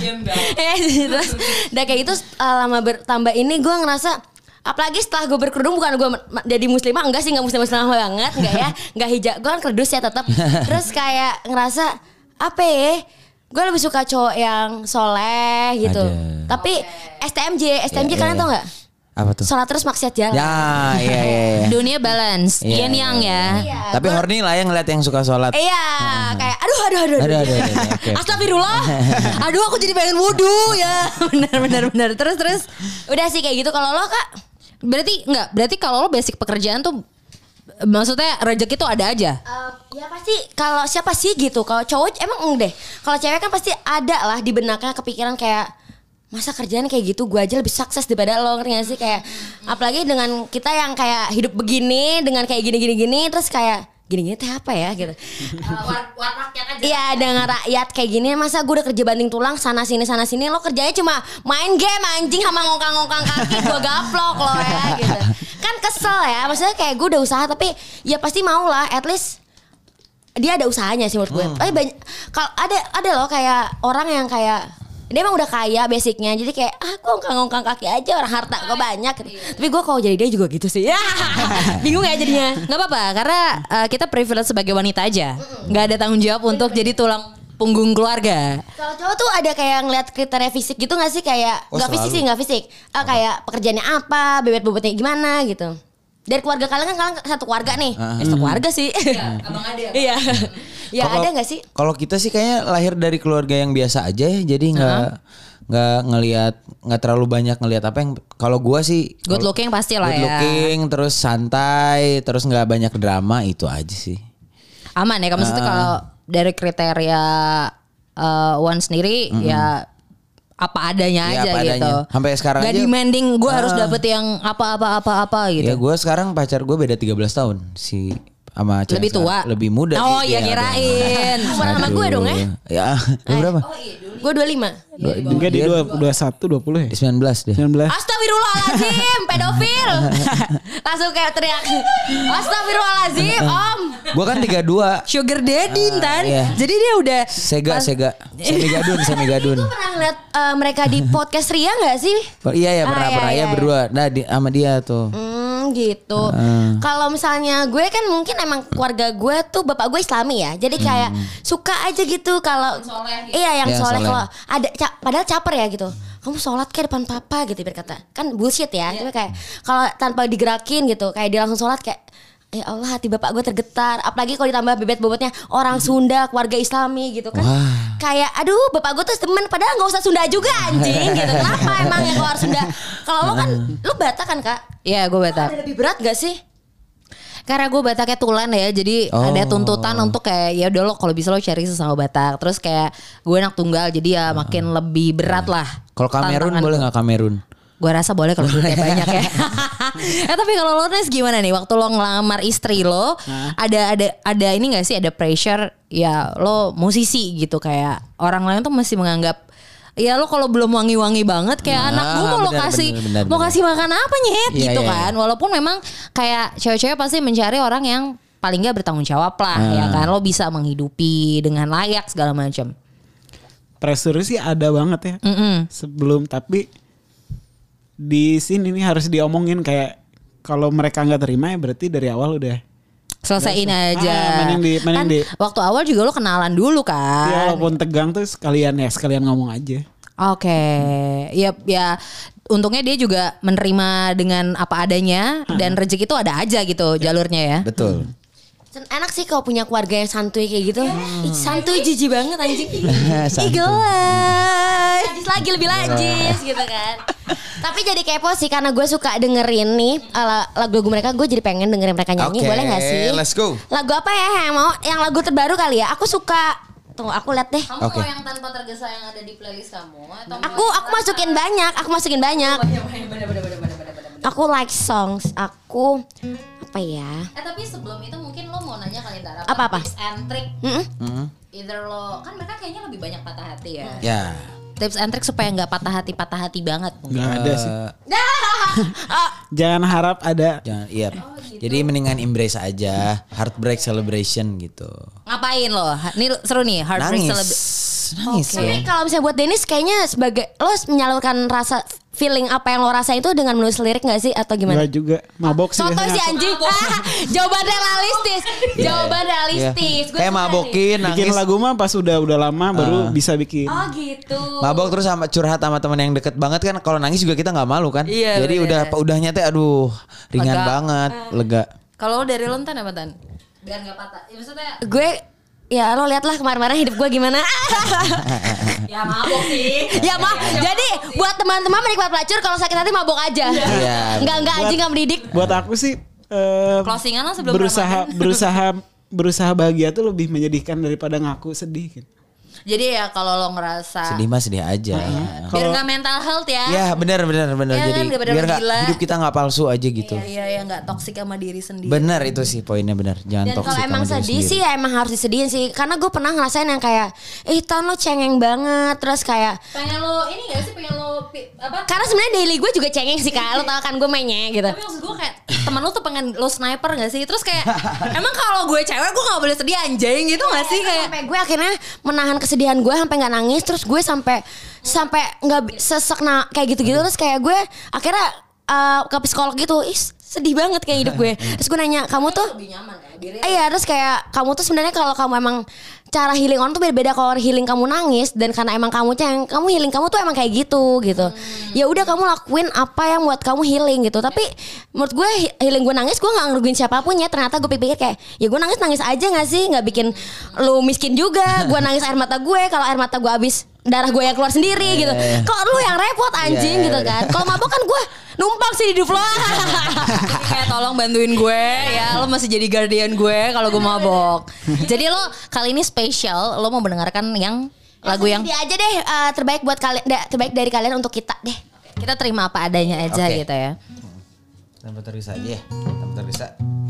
Eh, terus udah kayak gitu uh, lama bertambah ini gue ngerasa apalagi setelah gue berkerudung bukan gue ma- jadi muslimah enggak sih nggak muslimah muslimah banget enggak ya nggak hijab gue kan kerdus ya tetap terus kayak ngerasa apa ya gue lebih suka cowok yang soleh gitu Ada. tapi S T M J S T M J Ya, kalian ya, tau ya. nggak apa tuh sholat terus maksiat jalan ya iya iya, iya. Dunia balance, Iya, yin yang iya, ya. Iya, Tapi gua- horny lah yang ngeliat yang suka sholat. iya kayak aduh aduh aduh Aduh, aduh, aduh, aduh, oke. Astagfirullah. Aduh aku jadi pengen wudhu ya. Benar benar benar. Terus terus udah sih kayak gitu kalau lo kak berarti enggak, berarti kalau lo basic pekerjaan tuh maksudnya rezeki tuh ada aja. Uh, ya pasti kalau siapa sih gitu kalau cowok emang enggak deh kalau cewek kan pasti ada lah di benaknya kepikiran kayak masa kerjaan kayak gitu gue aja lebih sukses daripada lo ngerti gak sih kayak apalagi dengan kita yang kayak hidup begini dengan kayak gini gini gini terus kayak gini gini teh apa ya gitu iya dengan rakyat kayak gini masa gue udah kerja banting tulang sana sini sana sini lo kerjanya cuma main game anjing sama ngongkang-ngongkang kaki gue gaplok lo ya gitu kan kesel ya maksudnya kayak gue udah usaha tapi ya pasti mau lah at least dia ada usahanya sih menurut gue. Tapi banyak kalau ada ada loh kayak orang yang kayak dia emang udah kaya basicnya jadi kayak ah gue ngongkang-ngongkang kaki aja orang harta gue banyak gitu. Tapi gue kalau jadi dia juga gitu sih ya bingung ya jadinya Nggak apa-apa karena uh, kita privilege sebagai wanita aja. Nggak ada tanggung jawab untuk jadi tulang punggung keluarga. kalau cowok tuh ada kayak ngeliat kriteria fisik gitu gak sih kayak Oh, nggak fisik selalu. sih nggak fisik ah, kayak pekerjaannya apa bebet bobotnya gimana gitu dari keluarga kalian kan kalian satu keluarga nih Ah. eh, satu keluarga sih Abang ada. iya ya Kalau- ada nggak sih Kalau kita sih kayaknya lahir dari keluarga yang biasa aja ya, jadi nggak nggak ngelihat nggak terlalu banyak ngelihat apa yang kalau gua sih Good kalau- looking pasti lah good ya. looking terus santai terus nggak banyak drama itu aja sih. Aman ya, maksudnya kalau dari kriteria uh, Wan sendiri ya apa adanya Iya, aja apa gitu. adanya. Sampai sekarang Gak aja- demanding gue harus Ah. dapet yang apa-apa-apa-apa gitu. Ya gue sekarang pacar gue beda tiga belas tahun si sama cewek Lebih tua? sekarang. Lebih muda Oh sih, iya dia. kirain. Umuran sama gue dong ya. Ya, lu berapa? Gue dua puluh lima. Enggak di dua puluh satu dua puluh ya? Dia sembilan belas deh. sembilan belas. Astagfirullahaladzim, pedofil. Langsung kayak teriak. Astagfirullahaladzim, Om. Gue kan tiga puluh dua. Sugar daddy Tan. iya. Jadi dia udah Sega, Sega. Semigadun, Semigadun. Lu pernah ngeliat eh, mereka di podcast Ria gak sih? Oh, iya ya pernah Ah, iya, pernah iya, ya iya. berdua. Nah di, sama dia tuh. Hmm gitu. Kalau misalnya gue kan mungkin emang keluarga gue tuh bapak gue Islami ya. Jadi kayak suka aja gitu kalau iya yang Yang soleh soleh. kalau ada ca- padahal caper ya gitu. Kamu sholat kayak depan papa gitu berkata. Kan bullshit ya. Tapi kayak kalau tanpa digerakin gitu kayak dia langsung sholat kayak ya Allah hati bapak gue tergetar. Apalagi kalau ditambah bebet bobotnya orang Sunda keluarga Islami gitu kan. Wah. Kayak aduh bapak gue tuh temen padahal nggak usah Sunda juga anjing gitu. Kenapa emang ya kalau harus Sunda? Kalau lo kan lu Batak kan kak? Iya gue Batak. Ada lebih berat gak sih? Karena gue Bataknya Tulen ya, jadi Oh. ada tuntutan untuk kayak ya udah lo kalau bisa lo cari sesama Batak. Terus kayak gue anak tunggal, jadi ya makin lebih berat lah. Kalau Kamerun tantangan. boleh nggak Kamerun? Gue rasa boleh kalau duitnya banyak ya. eh tapi kalau lo Nes gimana nih? Waktu lo ngelamar istri lo, ada ada ada ini gak sih? Ada pressure ya lo musisi gitu kayak orang lain tuh masih menganggap ya lo kalau belum wangi-wangi banget kayak Nah, anak gue mau lo benar, kasih benar, benar, mau benar. kasih makan apa nyet Iya, gitu iya, kan. Walaupun memang kayak cewek-cewek pasti mencari orang yang paling gak bertanggung jawab lah Ah. ya kan. Lo bisa menghidupi dengan layak segala macam. Pressure sih ada banget ya. Mm-mm. Sebelum tapi di sini nih harus diomongin kayak kalau mereka nggak terima ya berarti dari awal udah. Selesaiin aja. Ah, mending di- mending kan di- waktu awal juga lo kenalan dulu Ya kan. walaupun tegang tuh sekalian ya sekalian ngomong aja. Oke, ya ya untungnya dia juga menerima dengan apa adanya dan rezeki itu ada aja gitu jalurnya ya. Betul. Enak sih kalau punya keluarga yang santuy kayak gitu. Ih, santuy jijik banget anjing. Santuy. Ih gelai. Lajis lagi lebih lajis gitu kan. Tapi jadi kepo sih karena gue suka dengerin nih ala- lagu-lagu mereka. Gue jadi pengen dengerin mereka nyanyi. Oke, Boleh gak sih? let's go. Lagu apa ya yang mau? Yang lagu terbaru kali ya? Aku suka. Tunggu aku lihat deh. Kamu Oke. mau yang tanpa tergesa yang ada di playlist kamu atau Aku aku masukin banyak. Aku masukin banyak. Aku like songs. Aku apa ya? Eh tapi sebelum itu mungkin lo mau nanya kali Tara Apa-apa? tips and trick. Mm-mm. Hmm. Either lo kan mereka kayaknya lebih banyak patah hati ya. Ya. Tips and trick supaya nggak patah hati patah hati banget mungkin. Nggak ada sih. Eh, Jangan harap ada. jangan, iya. Jadi mendingan embrace aja, heartbreak celebration gitu. Ngapain lo? Ini seru nih heartbreak Nangis. celebration. Nangis Tapi ya. kalau misalnya buat Dennis kayaknya sebagai lo menyalurkan rasa feeling apa yang lo rasain itu dengan menulis lirik gak sih atau gimana? Nggak juga. Mabok sih Soto biasanya. si anjing. Ah, jawaban realistis. Jawaban realistis. Iya. Gua Kayak suka mabokin, Bikin nangis. lagu mah pas udah udah lama baru bisa bikin. nih. Oh gitu. Mabok terus sama curhat sama teman yang deket banget kan. Kalau nangis juga kita nggak malu kan. Iya, Jadi bener. udah udah nyate aduh ringan Lega. banget, lega. Kalau lo dari lo Tan apa Tan? Biar nggak patah. Ya, maksudnya Gue ya lo liatlah kemarin-kemarin hidup gue gimana. ya mabok sih. ya mah. Jadi buat teman-teman menikmat pelacur kalau sakit hati mabok aja. Iya. Enggak enggak anjing enggak mendidik. Buat aku sih eh, Closingan lo sebelum berusaha Ramadan. berusaha berusaha bahagia tuh lebih menyedihkan daripada ngaku sedih gitu. Jadi ya kalau lo ngerasa Sedih mah sedih aja. biar nggak mental health ya. Ya benar benar benar. Iya kan, Jadi daripada biar nggak gila. hidup kita nggak palsu aja gitu. Iya iya ya nggak toksik sama diri sendiri. Benar itu sih poinnya benar. Jangan Dan toksik kalau emang sama diri sedih sendiri. sih ya emang harus disedihin sih. Karena gue pernah ngerasain yang kayak ih Tan lo cengeng banget. Terus kayak Pengen lo ini gak sih pengen lo pi- apa? karena sebenarnya daily gue juga cengeng sih kak. Lo tau kan gue mainnya gitu. Tapi maksud gue kayak teman lo tuh pengen lo sniper gak sih? Terus kayak emang kalau gue cewek gue gak boleh sedih anjing gitu gak sih kayak Sampai gue akhirnya menahan kesedihan gue sampai nggak nangis. Terus gue sampai sampai nggak bi- sesek nah kayak gitu-gitu. Terus kayak gue akhirnya uh, ke psikolog gitu. Ih sedih banget kayak hidup gue. Terus gue nanya kamu tuh lebih nyaman ya diri. Eh, iya terus kayak kamu tuh sebenarnya kalau kamu emang cara healing orang tuh beda-beda. Kalau healing kamu nangis dan karena emang kamu ceng, kamu healing kamu tuh emang kayak gitu gitu. Ya udah kamu lakuin apa yang buat kamu healing gitu. Tapi menurut gue he- healing gue nangis gue nggak ngerugiin siapapun ya. Ternyata gue pikir kayak ya gue nangis nangis aja nggak sih, nggak bikin lu miskin juga. Gue nangis air mata gue kalau air mata gue habis darah gue yang keluar sendiri gitu. Kok lu yang repot anjing Iya, gitu iya. kan. Kalau mabok kan gue numpang sih di hidup lo. Jadi kayak tolong bantuin gue ya. Lo masih jadi guardian gue kalau gue mabok. Jadi lo kali ini spesial lo mau mendengarkan yang lagu yang dia aja deh uh, terbaik buat kalian, terbaik dari kalian untuk kita deh. kita terima apa adanya aja Oke. gitu ya. Tanpa tergesa aja ya. Tanpa tergesa.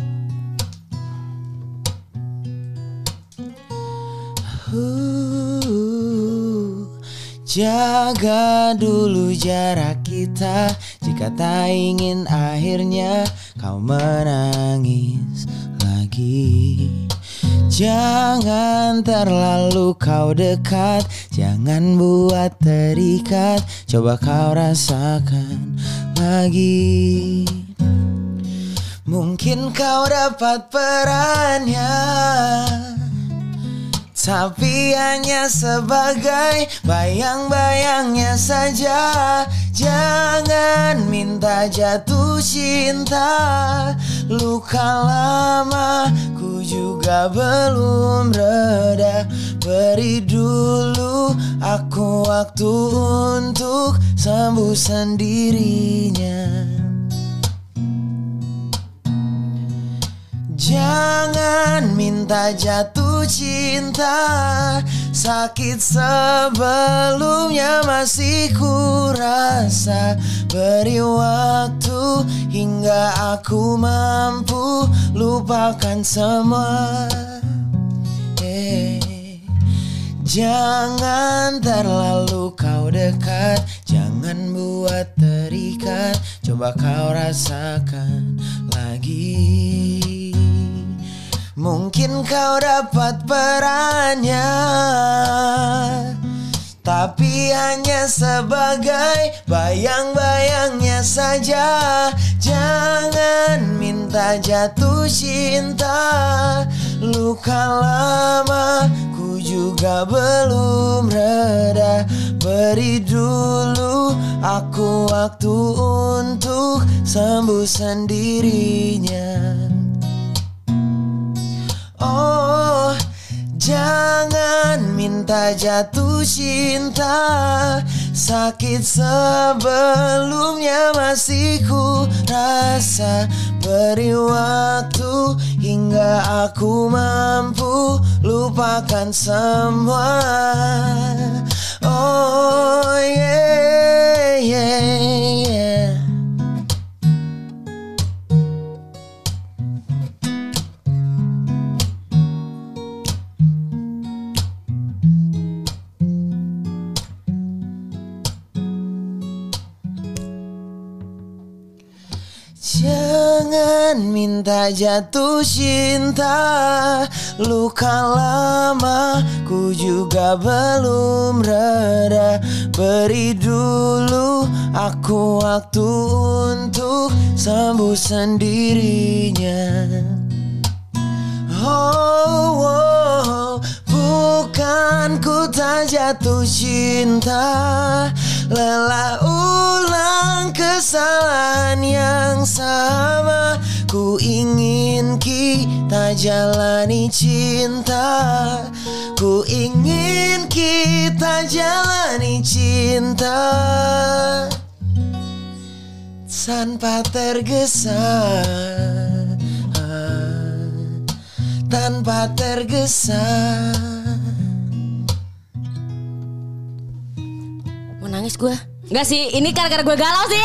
Uh, jaga dulu jarak kita jika tak ingin akhirnya kau menangis lagi. Jangan terlalu kau dekat, jangan buat terikat, coba kau rasakan lagi. Mungkin kau dapat perannya, tapi hanya sebagai bayang-bayangnya saja. Jangan minta jatuh cinta, luka lama ku juga belum reda. Beri dulu aku waktu untuk sembuh sendirinya. Jangan minta jatuh cinta, sakit sebelumnya masih ku rasa. Beri waktu hingga aku mampu lupakan semua. eh. Jangan terlalu kau dekat, jangan buat terikat, coba kau rasakan lagi. Mungkin kau dapat perannya, tapi hanya sebagai bayang-bayangnya saja. Jangan minta jatuh cinta, luka lama ku juga belum reda. Beri dulu aku waktu untuk sembuh sendirinya. Oh, jangan minta jatuh cinta, sakit sebelumnya masih ku rasa. Beri waktu hingga aku mampu lupakan semua. Oh yeah, yeah, yeah. Jangan minta jatuh cinta, luka lama ku juga belum reda. Beri dulu aku waktu untuk sembuh sendirinya. Oh, oh, bukan ku tak jatuh cinta, lelah ulang kesalahan yang sama. Ku ingin kita jalani cinta, ku ingin kita jalani cinta tanpa tergesa, tanpa tergesa. Mau nangis gue? Enggak sih, ini gara-gara gue galau sih.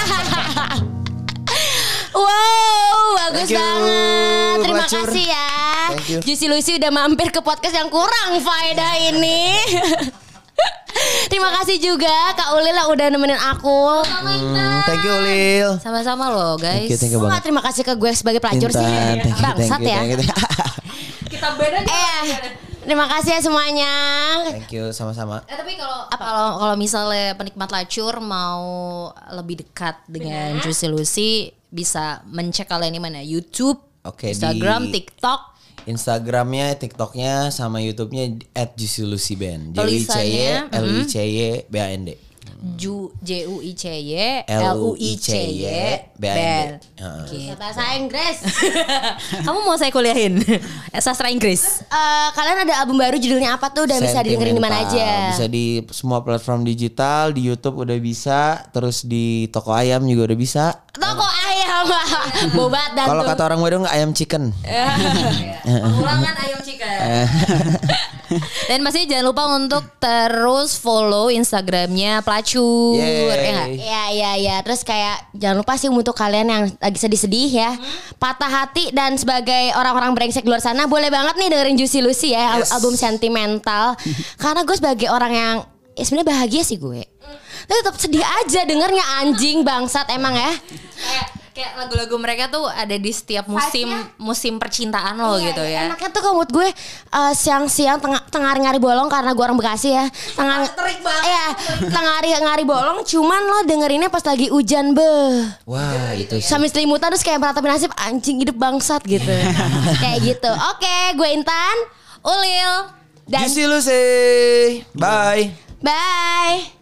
Wow, bagus Thank you, banget. Terima pelacur. kasih ya. Thank you. Juicy Lucy udah mampir ke podcast yang kurang faedah ini. Terima kasih juga Kak Ulil yang udah nemenin aku. Hmm, thank you Lil. Sama-sama loh guys. Thank you, thank you Kok banget. gak terima kasih ke gue sebagai pelacur sih? Intan, thank you, Bangsat thank you, ya. thank you, thank you. Kita beda Eh, terima kasih ya semuanya. Thank you, sama-sama. Eh tapi kalau kalau kalau misalnya penikmat lacur mau lebih dekat dengan Juicy Lucy bisa mencek kalian di mana? YouTube, Oke, Instagram, di- TikTok. Instagramnya, TikToknya, sama YouTube-nya at Juicy Lucy Band. J U I C Y Tulisannya, L U I C Y B A N D. Ju J U I C Y L L U U I I C C Y Y B A N D. Band. Heeh. Gitu. Bahasa Inggris. Kamu mau saya kuliahin sastra Inggris? Eh, kalian ada album baru judulnya apa tuh? Udah bisa didengerin di mana Sentimental. aja? Bisa di semua platform digital, di YouTube udah bisa, terus di toko ayam juga udah bisa. Toko ayam. sama bobat dan Kalau tuh. kata orang Bandung ayam chicken. Pengulangan ayam chicken. Dan pastinya jangan lupa untuk terus follow Instagramnya Pelacur. Yeay. Ya nggak? Iya iya iya. Terus kayak jangan lupa sih untuk kalian yang lagi sedih-sedih ya, patah hati dan sebagai orang-orang brengsek di luar sana, boleh banget nih dengerin Juicy Lucy ya, al- Yes. album sentimental. Karena gue sebagai orang yang ya sebenarnya bahagia sih gue. Tapi tetap sedih aja dengernya, anjing bangsat emang ya. Kayak kayak lagu-lagu mereka tuh ada di setiap musim musim percintaan lo gitu ya. Enaknya tuh kalau menurut gue uh, siang-siang tengah tengah ngari bolong, karena gue orang Bekasi ya. Tengah Terik banget. Iya, tengah ngari ngari bolong, cuman lo dengerinnya pas lagi hujan be. Wah itu sih. Sambil selimutan terus kayak meratapi nasib, anjing hidup bangsat gitu. Kayak gitu. Oke, gue Intan, Ulil. dan Juicy Lucy. Bye. bye.